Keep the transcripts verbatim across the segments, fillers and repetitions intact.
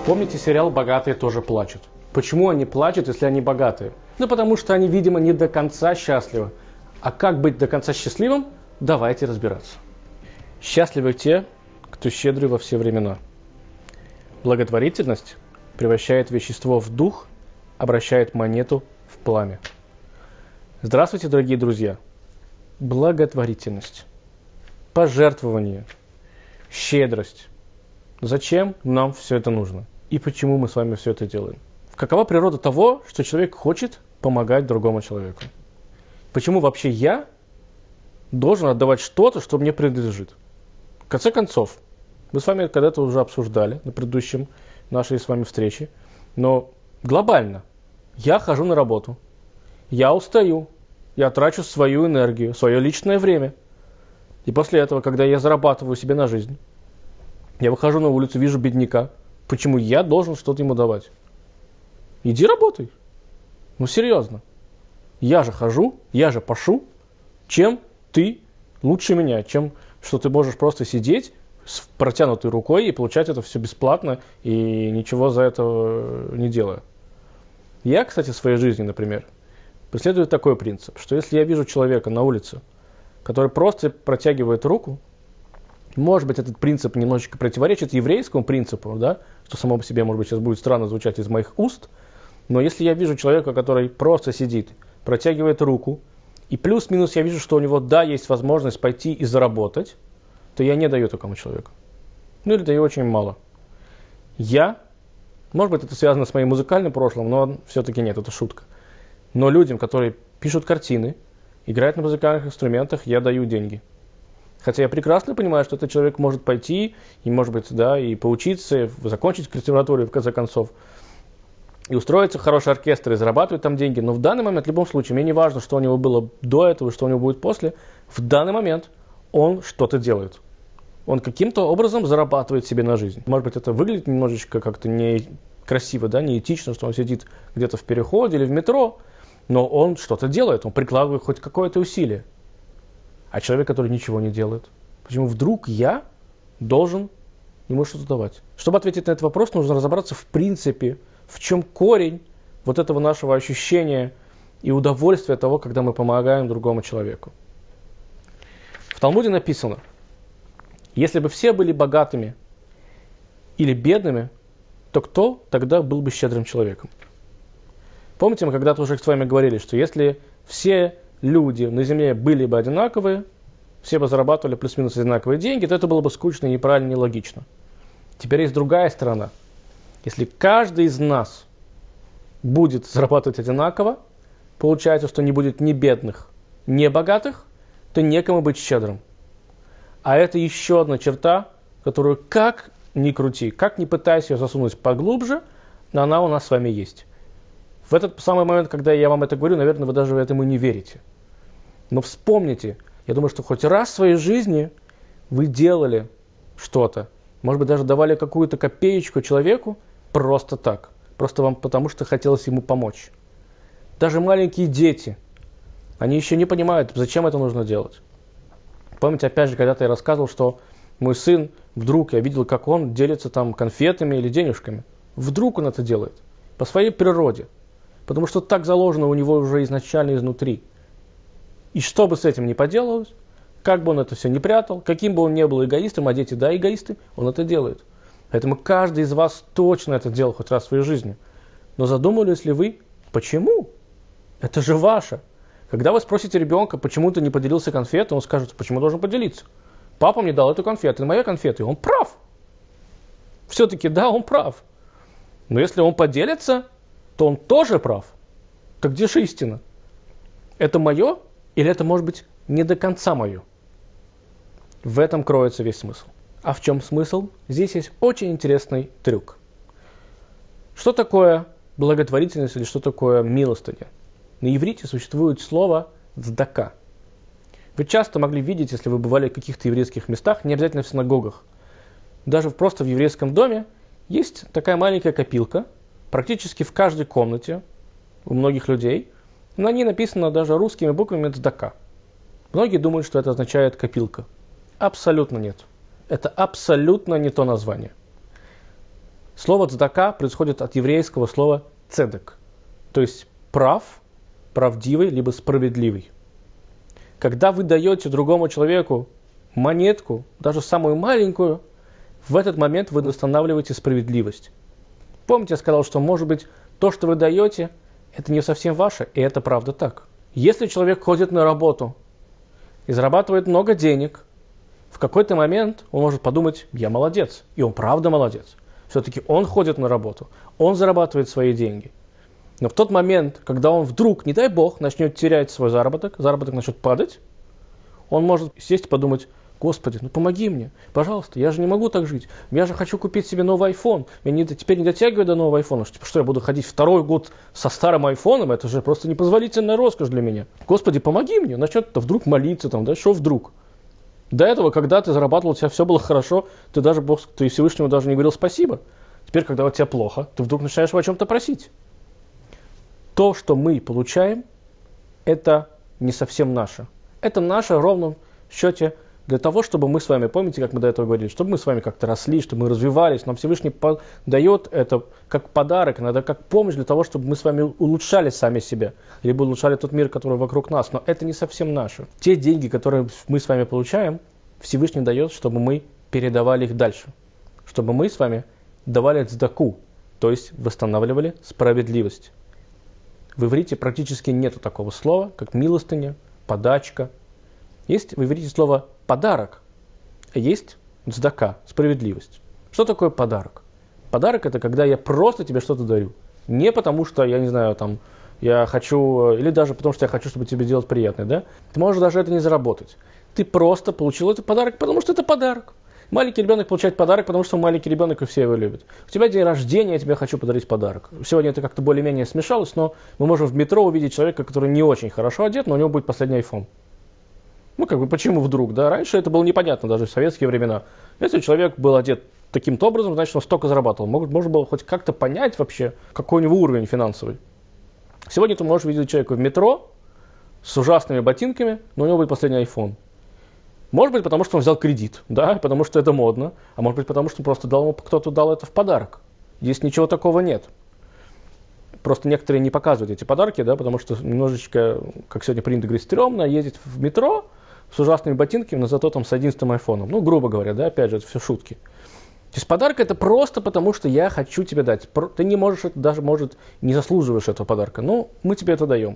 Помните сериал «Богатые тоже плачут»? Почему они плачут, если они богатые? Ну, потому что они, видимо, не до конца счастливы. А как быть до конца счастливым? Давайте разбираться. Счастливы те, кто щедрый во все времена. Благотворительность превращает вещество в дух, обращает монету в пламя. Здравствуйте, дорогие друзья. Благотворительность, пожертвование, щедрость. Зачем нам все это нужно? И почему мы с вами все это делаем? Какова природа того, что человек хочет помогать другому человеку? Почему вообще я должен отдавать что-то, что мне принадлежит? В конце концов, мы с вами когда-то уже обсуждали на предыдущем нашей с вами встрече, но глобально я хожу на работу, я устаю, я трачу свою энергию, свое личное время. И после этого, когда я зарабатываю себе на жизнь, я выхожу на улицу, вижу бедняка. Почему я должен что-то ему давать? Иди работай. Ну серьезно. Я же хожу, я же пашу. Чем ты лучше меня? Чем что ты можешь просто сидеть с протянутой рукой и получать это все бесплатно и ничего за это не делая. Я, кстати, в своей жизни, например, преследую такой принцип, что если я вижу человека на улице, который просто протягивает руку, может быть, этот принцип немножечко противоречит еврейскому принципу, да, что само по себе, может быть, сейчас будет странно звучать из моих уст, но если я вижу человека, который просто сидит, протягивает руку, и плюс-минус я вижу, что у него, да, есть возможность пойти и заработать, то я не даю такому человеку. Ну или даю очень мало. Я, может быть, это связано с моим музыкальным прошлым, но все-таки нет, это шутка. Но людям, которые пишут картины, играют на музыкальных инструментах, я даю деньги. Хотя я прекрасно понимаю, что этот человек может пойти и, может быть, да, и поучиться, и закончить консерваторию, в конце концов, и устроиться в хороший оркестр, и зарабатывать там деньги. Но в данный момент, в любом случае, мне не важно, что у него было до этого, что у него будет после. В данный момент он что-то делает. Он каким-то образом зарабатывает себе на жизнь. Может быть, это выглядит немножечко как-то некрасиво, да, неэтично, что он сидит где-то в переходе или в метро, но он что-то делает, он прикладывает хоть какое-то усилие. А человек, который ничего не делает, почему вдруг я должен ему что-то давать? Чтобы ответить на этот вопрос, нужно разобраться в принципе, в чем корень вот этого нашего ощущения и удовольствия того, когда мы помогаем другому человеку. В Талмуде написано, если бы все были богатыми или бедными, то кто тогда был бы щедрым человеком? Помните, мы когда-то уже с вами говорили, что если все люди на земле были бы одинаковые, все бы зарабатывали плюс-минус одинаковые деньги, то это было бы скучно, неправильно, нелогично. Теперь есть другая сторона. Если каждый из нас будет зарабатывать одинаково, получается, что не будет ни бедных, ни богатых, то некому быть щедрым. А это еще одна черта, которую как ни крути, как ни пытайся ее засунуть поглубже, но она у нас с вами есть. В этот самый момент, когда я вам это говорю, наверное, вы даже этому не верите. Но вспомните, я думаю, что хоть раз в своей жизни вы делали что-то, может быть, даже давали какую-то копеечку человеку просто так, просто вам потому, что хотелось ему помочь. Даже маленькие дети, они еще не понимают, зачем это нужно делать. Помните, опять же, когда-то я рассказывал, что мой сын, вдруг я видел, как он делится там конфетами или денежками. Вдруг он это делает, по своей природе. Потому что так заложено у него уже изначально изнутри. И что бы с этим ни поделалось, как бы он это все не прятал, каким бы он ни был эгоистом, а дети, да, эгоисты, он это делает. Поэтому каждый из вас точно это делал хоть раз в своей жизни. Но задумывались ли вы, почему? Это же ваше. Когда вы спросите ребенка, почему ты не поделился конфетой, он скажет, почему должен поделиться? Папа мне дал эту конфету, это моя конфета, и он прав. Все-таки да, он прав. Но если он поделится, то он тоже прав. Так где же истина? Это мое или это может быть не до конца мое? В этом кроется весь смысл. А в чем смысл? Здесь есть очень интересный трюк. Что такое благотворительность или что такое милостыня? На иврите существует слово «цдака». Вы часто могли видеть, если вы бывали в каких-то еврейских местах, не обязательно в синагогах, даже просто в еврейском доме, есть такая маленькая копилка, практически в каждой комнате у многих людей, на ней написано даже русскими буквами «цдака». Многие думают, что это означает копилка. Абсолютно нет. Это абсолютно не то название. Слово цдака происходит от еврейского слова цедек, то есть прав, правдивый, либо справедливый. Когда вы даете другому человеку монетку, даже самую маленькую, в этот момент вы восстанавливаете справедливость. Помните, я сказал, что, может быть, то, что вы даете, это не совсем ваше, и это правда так. Если человек ходит на работу и зарабатывает много денег, в какой-то момент он может подумать: я молодец, и он правда молодец. Все-таки он ходит на работу, он зарабатывает свои деньги. Но в тот момент, когда он вдруг, не дай бог, начнет терять свой заработок, заработок начнет падать, он может сесть и подумать: Господи, ну помоги мне, пожалуйста, я же не могу так жить. Я же хочу купить себе новый iPhone. Я не, теперь не дотягиваю до нового iPhone. Что, что я буду ходить второй год со старым айфоном? Это же просто непозволительная роскошь для меня. Господи, помоги мне. Начнет вдруг молиться, там, да, что вдруг? До этого, когда ты зарабатывал, у тебя все было хорошо, ты даже Бог, ты Всевышнему даже не говорил спасибо. Теперь, когда у тебя плохо, ты вдруг начинаешь о чем-то просить. То, что мы получаем, это не совсем наше. Это наше в ровном счете для того, чтобы мы с вами, помните, как мы до этого говорили, чтобы мы с вами как-то росли, чтобы мы развивались. Нам Всевышний дает это как подарок, иногда как помощь для того, чтобы мы с вами улучшали сами себя, либо улучшали тот мир, который вокруг нас. Но это не совсем наше. Те деньги, которые мы с вами получаем, Всевышний дает, чтобы мы передавали их дальше. Чтобы мы с вами давали цдаку, то есть восстанавливали справедливость. В иврите практически нет такого слова, как милостыня, подачка. Есть в иврите слово подарок, а есть цдака, справедливость. Что такое подарок? Подарок — это когда я просто тебе что-то дарю. Не потому что, я не знаю, там, я хочу, или даже потому что я хочу, чтобы тебе делать приятное, да? Ты можешь даже это не заработать. Ты просто получил этот подарок, потому что это подарок. Маленький ребенок получает подарок, потому что он маленький ребенок, и все его любят. У тебя день рождения, я тебе хочу подарить подарок. Сегодня это как-то более-менее смешалось, но мы можем в метро увидеть человека, который не очень хорошо одет, но у него будет последний айфон. Ну, как бы, почему вдруг, да? Раньше это было непонятно, даже в советские времена. Если человек был одет таким-то образом, значит, он столько зарабатывал. Может, можно было хоть как-то понять вообще, какой у него уровень финансовый. Сегодня ты можешь видеть человека в метро с ужасными ботинками, но у него будет последний iPhone. Может быть, потому что он взял кредит, да, потому что это модно, а может быть, потому что просто дал ему, кто-то дал это в подарок. Здесь ничего такого нет. Просто некоторые не показывают эти подарки, да, потому что немножечко, как сегодня принято говорить, стрёмно ездить в метро с ужасными ботинками, но зато там с одиннадцатым айфоном. Ну, грубо говоря, да, опять же, это все шутки. То есть подарок — это просто потому, что я хочу тебе дать. Ты не можешь, это даже, может, не заслуживаешь этого подарка, но мы тебе это даем.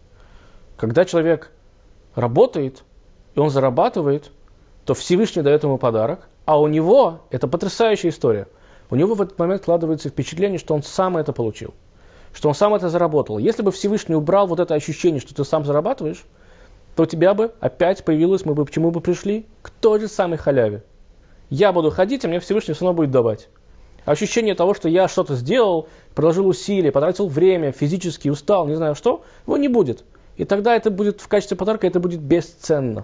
Когда человек работает, и он зарабатывает, то Всевышний дает ему подарок, а у него, это потрясающая история, у него в этот момент складывается впечатление, что он сам это получил, что он сам это заработал. Если бы Всевышний убрал вот это ощущение, что ты сам зарабатываешь, то у тебя бы опять появилось, мы бы к чему бы пришли? К той же самой халяве. Я буду ходить, а мне Всевышний все равно будет давать. Ощущение того, что я что-то сделал, приложил усилия, потратил время, физически устал, не знаю что, его не будет. И тогда это будет в качестве подарка, это будет бесценно.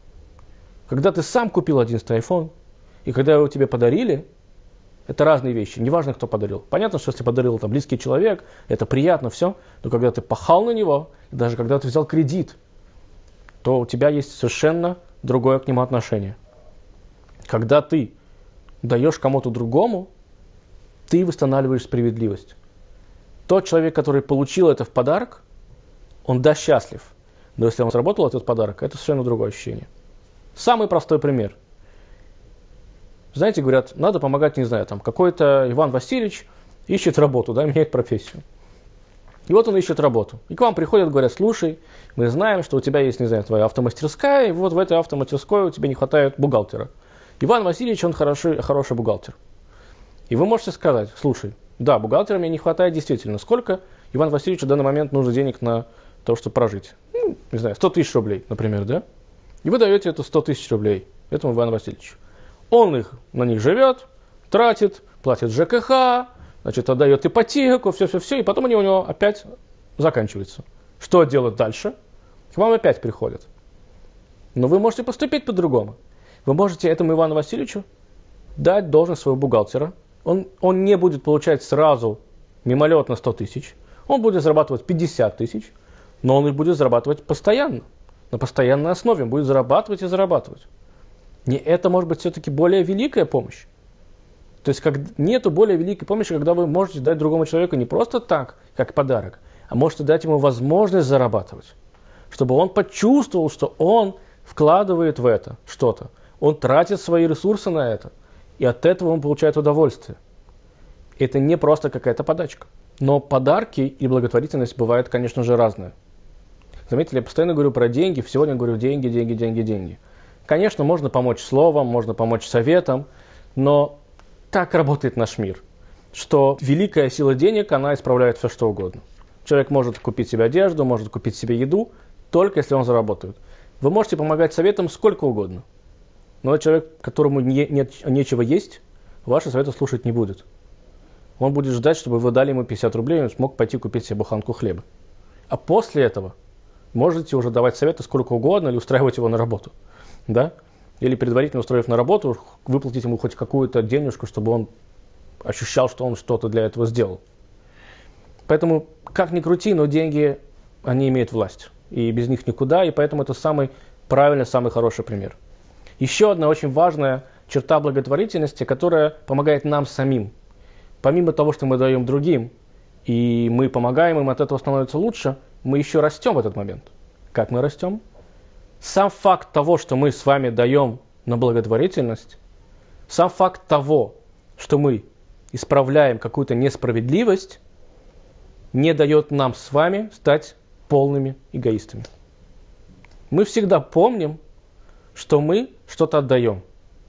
Когда ты сам купил одиннадцатый айфон, и когда его тебе подарили, это разные вещи, неважно, кто подарил. Понятно, что если подарил там близкий человек, это приятно, все, но когда ты пахал на него, и даже когда ты взял кредит, то у тебя есть совершенно другое к нему отношение. Когда ты даешь кому-то другому, ты восстанавливаешь справедливость. Тот человек, который получил это в подарок, он да счастлив. Но если он сработал этот подарок, это совершенно другое ощущение. Самый простой пример. Знаете, говорят, надо помогать, не знаю, там какой-то Иван Васильевич ищет работу, да, меняет профессию. И вот он ищет работу. И к вам приходят, говорят: слушай, мы знаем, что у тебя есть, не знаю, твоя автомастерская, и вот в этой автомастерской у тебя не хватает бухгалтера. Иван Васильевич, он хороший, хороший бухгалтер. И вы можете сказать: слушай, да, бухгалтера мне не хватает действительно. Сколько Ивану Васильевичу в данный момент нужно денег на то, чтобы прожить? Ну, не знаю, сто тысяч рублей, например, да? И вы даете это сто тысяч рублей этому Ивану Васильевичу. Он их, на них живет, тратит, платит ЖКХ, значит, отдает ипотеку, все-все-все, и потом они у него опять заканчиваются. Что делать дальше? К вам опять приходят. Но вы можете поступить по-другому. Вы можете этому Ивану Васильевичу дать должность своего бухгалтера. Он, он не будет получать сразу мимолетно сто тысяч. Он будет зарабатывать пятьдесят тысяч, но он их будет зарабатывать постоянно. На постоянной основе он будет зарабатывать и зарабатывать. Не это может быть все-таки более великая помощь. То есть как, нету более великой помощи, когда вы можете дать другому человеку не просто так, как подарок, а можете дать ему возможность зарабатывать. Чтобы он почувствовал, что он вкладывает в это что-то. Он тратит свои ресурсы на это. И от этого он получает удовольствие. Это не просто какая-то подачка. Но подарки и благотворительность бывают, конечно же, разные. Заметили, я постоянно говорю про деньги. Сегодня говорю деньги, деньги, деньги, деньги. Конечно, можно помочь словом, можно помочь советом, но так работает наш мир, что великая сила денег, она исправляет все, что угодно. Человек может купить себе одежду, может купить себе еду, только если он заработает. Вы можете помогать советом сколько угодно, но человек, которому не, нет, нечего есть, ваши советы слушать не будет. Он будет ждать, чтобы вы дали ему пятьдесят рублей, и он смог пойти купить себе буханку хлеба. А после этого можете уже давать советы сколько угодно или устраивать его на работу. Да? Или предварительно устроив на работу, выплатить ему хоть какую-то денежку, чтобы он ощущал, что он что-то для этого сделал. Поэтому, как ни крути, но деньги, они имеют власть. И без них никуда, и поэтому это самый правильный, самый хороший пример. Еще одна очень важная черта благотворительности, которая помогает нам самим. Помимо того, что мы даем другим, и мы помогаем им, от этого становится лучше, мы еще растем в этот момент. Как мы растем? Сам факт того, что мы с вами даем на благотворительность, сам факт того, что мы исправляем какую-то несправедливость, не дает нам с вами стать полными эгоистами. Мы всегда помним, что мы что-то отдаем.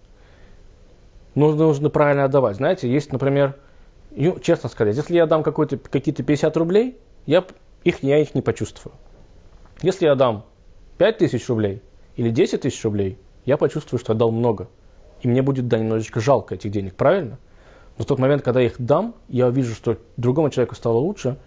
Нужно, нужно правильно отдавать. Знаете, есть, например, ну, честно сказать, если я дам какие-то пятьдесят рублей, я их, я их не почувствую. Если я дам пять тысяч рублей или десять тысяч рублей, я почувствую, что я дал много. И мне будет, да, немножечко жалко этих денег, правильно? Но в тот момент, когда я их дам, я вижу, что другому человеку стало лучше,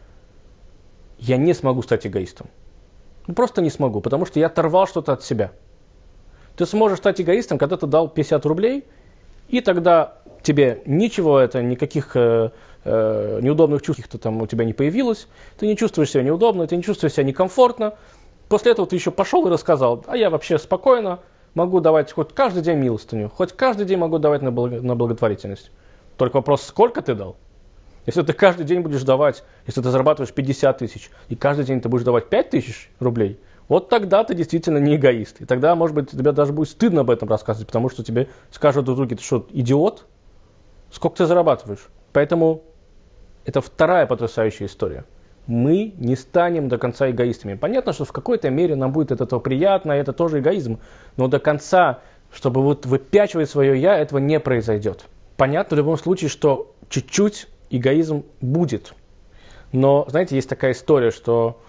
я не смогу стать эгоистом. Ну, просто не смогу, потому что я оторвал что-то от себя. Ты сможешь стать эгоистом, когда ты дал пятьдесят рублей, и тогда тебе ничего, это никаких э, э, неудобных чувств там у тебя не появилось, ты не чувствуешь себя неудобно, ты не чувствуешь себя некомфортно. После этого ты еще пошел и рассказал, а я вообще спокойно могу давать хоть каждый день милостыню, хоть каждый день могу давать на, благо, на благотворительность. Только вопрос, сколько ты дал? Если ты каждый день будешь давать, если ты зарабатываешь пятьдесят тысяч, и каждый день ты будешь давать пять тысяч рублей, вот тогда ты действительно не эгоист. И тогда, может быть, тебе даже будет стыдно об этом рассказывать, потому что тебе скажут друг другу, ты что, идиот? Сколько ты зарабатываешь? Поэтому это вторая потрясающая история. Мы не станем до конца эгоистами. Понятно, что в какой-то мере нам будет от этого приятно, это тоже эгоизм, но до конца, чтобы вот выпячивать свое «я», этого не произойдет. Понятно в любом случае, что чуть-чуть эгоизм будет. Но, знаете, есть такая история, что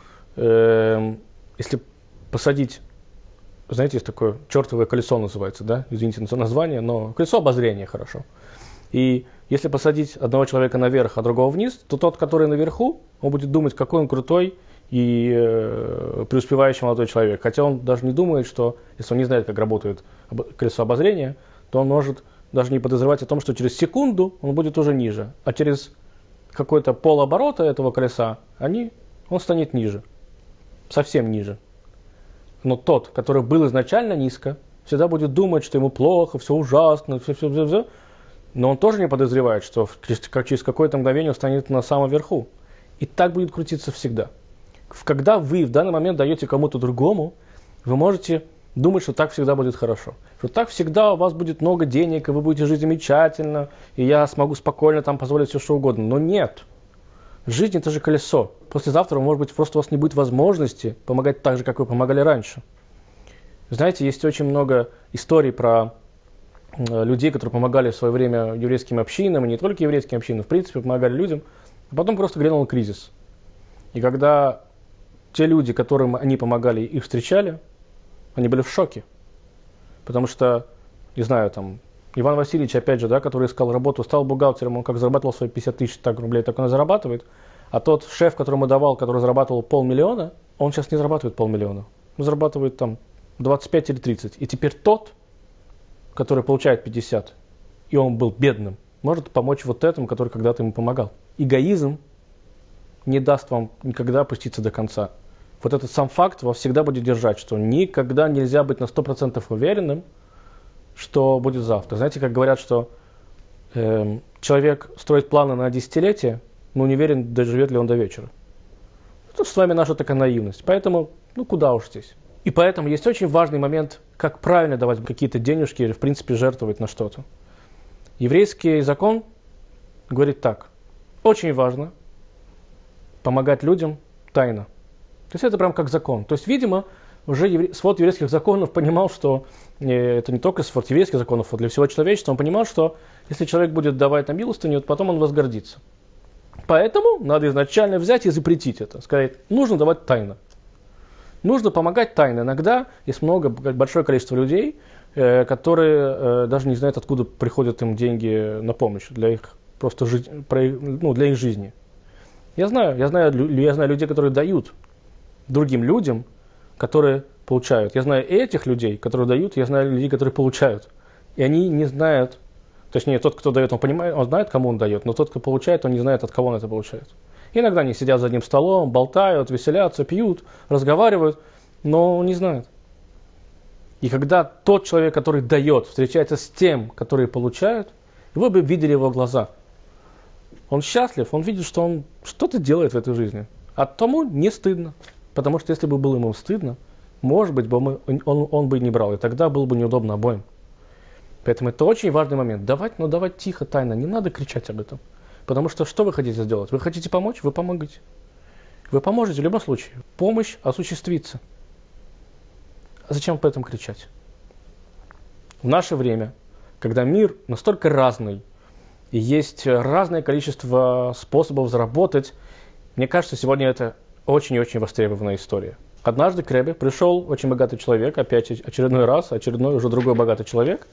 э, если посадить, знаете, есть такое чертовое колесо называется, да? Извините за название, но колесо обозрения, хорошо. И если посадить одного человека наверх, а другого вниз, то тот, который наверху, он будет думать, какой он крутой и э, преуспевающий молодой человек. Хотя он даже не думает, что, если он не знает, как работает колесо обозрения, то он может даже не подозревать о том, что через секунду он будет уже ниже, а через какой-то полоборота этого колеса они, он станет ниже, совсем ниже. Но тот, который был изначально низко, всегда будет думать, что ему плохо, все ужасно, все, все, все, все. Но он тоже не подозревает, что как через какое-то мгновение он станет на самом верху. И так будет крутиться всегда. Когда вы в данный момент даете кому-то другому, вы можете думать, что так всегда будет хорошо. Что так всегда у вас будет много денег, и вы будете жить замечательно, и я смогу спокойно там позволить все, что угодно. Но нет. Жизнь – это же колесо. Послезавтра, может быть, просто у вас не будет возможности помогать так же, как вы помогали раньше. Знаете, есть очень много историй про людей, которые помогали в свое время еврейским общинам, и не только еврейским общинам, в принципе, помогали людям, а потом просто грянул кризис. И когда те люди, которым они помогали, их встречали, они были в шоке. Потому что, не знаю, там, Иван Васильевич, опять же, да, который искал работу, стал бухгалтером, он как зарабатывал свои пятьдесят тысяч так, рублей, так он и зарабатывает. А тот шеф, которому давал, который зарабатывал полмиллиона, он сейчас не зарабатывает полмиллиона. Он зарабатывает там двадцать пять или тридцать. И теперь тот, который получает пятьдесят, и он был бедным, может помочь вот этому, который когда-то ему помогал. Эгоизм не даст вам никогда опуститься до конца. Вот этот сам факт вас всегда будет держать, что никогда нельзя быть на сто процентов уверенным, что будет завтра. Знаете, как говорят, что э, человек строит планы на десятилетие, но не уверен, доживет ли он до вечера. Это с вами наша такая наивность. Поэтому, ну куда уж здесь. И поэтому есть очень важный момент, как правильно давать какие-то денежки или, в принципе, жертвовать на что-то. Еврейский закон говорит так. Очень важно помогать людям тайно. То есть это прям как закон. То есть, видимо, уже евре... свод еврейских законов понимал, что э, это не только свод еврейских законов, а для всего человечества. Он понимал, что если человек будет давать на милостыню, то потом он возгордится. Поэтому надо изначально взять и запретить это. Сказать, нужно давать тайно. Нужно помогать тайно. Иногда есть много, большое количество людей, э, которые э, даже не знают, откуда приходят им деньги на помощь для их, просто жи... ну, для их жизни. Я знаю, я знаю, я знаю людей, которые дают другим людям, которые получают. Я знаю этих людей, которые дают, я знаю людей, которые получают. И они не знают, точнее, тот, кто дает, он понимает, он знает, кому он дает, но тот, кто получает, он не знает, от кого он это получает. Иногда они сидят за одним столом, болтают, веселятся, пьют, разговаривают, но не знают. И когда тот человек, который дает, встречается с тем, который получает, вы бы видели его глаза. Он счастлив, он видит, что он что-то делает в этой жизни. А тому не стыдно. Потому что если бы было ему стыдно, может быть, он, он, он бы и не брал. И тогда было бы неудобно обоим. Поэтому это очень важный момент. Давать, но давать тихо, тайно. Не надо кричать об этом. Потому что что вы хотите сделать? Вы хотите помочь? Вы помогаете. Вы поможете в любом случае. Помощь осуществится. А зачем об этом кричать? В наше время, когда мир настолько разный, и есть разное количество способов заработать, мне кажется, сегодня это очень и очень востребованная история. Однажды к Ребе пришел очень богатый человек, опять очередной раз, очередной уже другой богатый человек,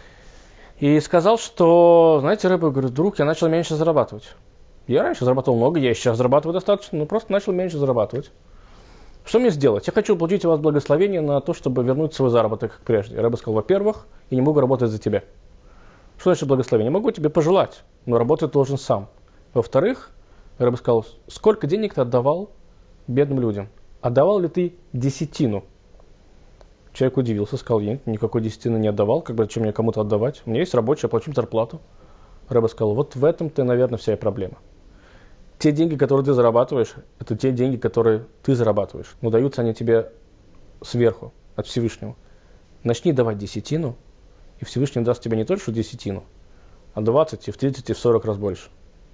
и сказал, что, знаете, Ребе, говорит, друг, я начал меньше зарабатывать. Я раньше зарабатывал много, я сейчас зарабатываю достаточно, но просто начал меньше зарабатывать. Что мне сделать? Я хочу получить у вас благословение на то, чтобы вернуть свой заработок как прежде. Ребе сказал, во-первых, я не могу работать за тебя. Что значит благословение? Могу тебе пожелать, но работать должен сам. Во-вторых, Ребе сказал, сколько денег ты отдавал бедным людям? Отдавал ли ты десятину? Человек удивился, сказал, я никакой десятины не отдавал, как бы зачем мне кому-то отдавать? У меня есть рабочий, я плачу зарплату. Ребе сказал, вот в этом-то, наверное, вся и проблема. Те деньги, которые ты зарабатываешь, это те деньги, которые ты зарабатываешь. Но даются они тебе сверху, от Всевышнего. Начни давать десятину, и Всевышний даст тебе не только десятину, а двадцать, и в тридцать, и в сорок раз больше.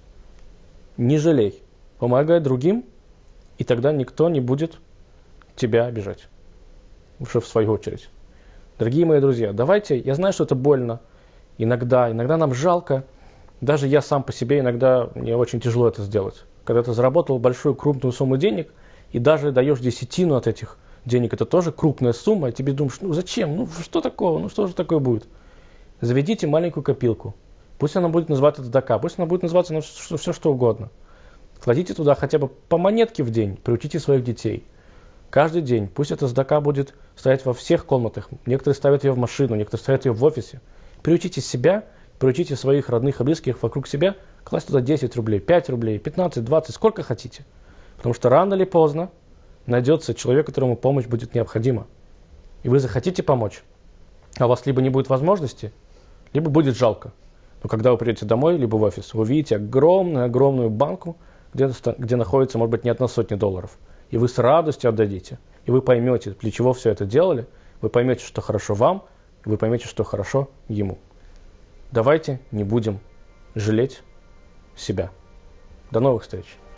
Не жалей. Помогай другим, и тогда никто не будет тебя обижать. Уже в свою очередь. Дорогие мои друзья, давайте, я знаю, что это больно. Иногда, иногда нам жалко. Даже я сам по себе иногда, мне очень тяжело это сделать. Когда ты заработал большую крупную сумму денег, и даже даешь десятину от этих денег, это тоже крупная сумма, и тебе думаешь, ну зачем, ну что такого, ну что же такое будет? Заведите маленькую копилку. Пусть она будет называться дака, пусть она будет называться ну, все, все что угодно. Кладите туда хотя бы по монетке в день, приучите своих детей. Каждый день, пусть эта дака будет стоять во всех комнатах. Некоторые ставят ее в машину, некоторые ставят ее в офисе. Приучите себя, приучите своих родных и близких вокруг себя, класть туда десять рублей, пять рублей, пятнадцать, двадцать, сколько хотите. Потому что рано или поздно найдется человек, которому помощь будет необходима. И вы захотите помочь, а у вас либо не будет возможности, либо будет жалко. Но когда вы придете домой, либо в офис, вы увидите огромную-огромную банку, где, где находится, может быть, не одна сотня долларов. И вы с радостью отдадите. И вы поймете, для чего все это делали. Вы поймете, что хорошо вам, и вы поймете, что хорошо ему. Давайте не будем жалеть себя. До новых встреч!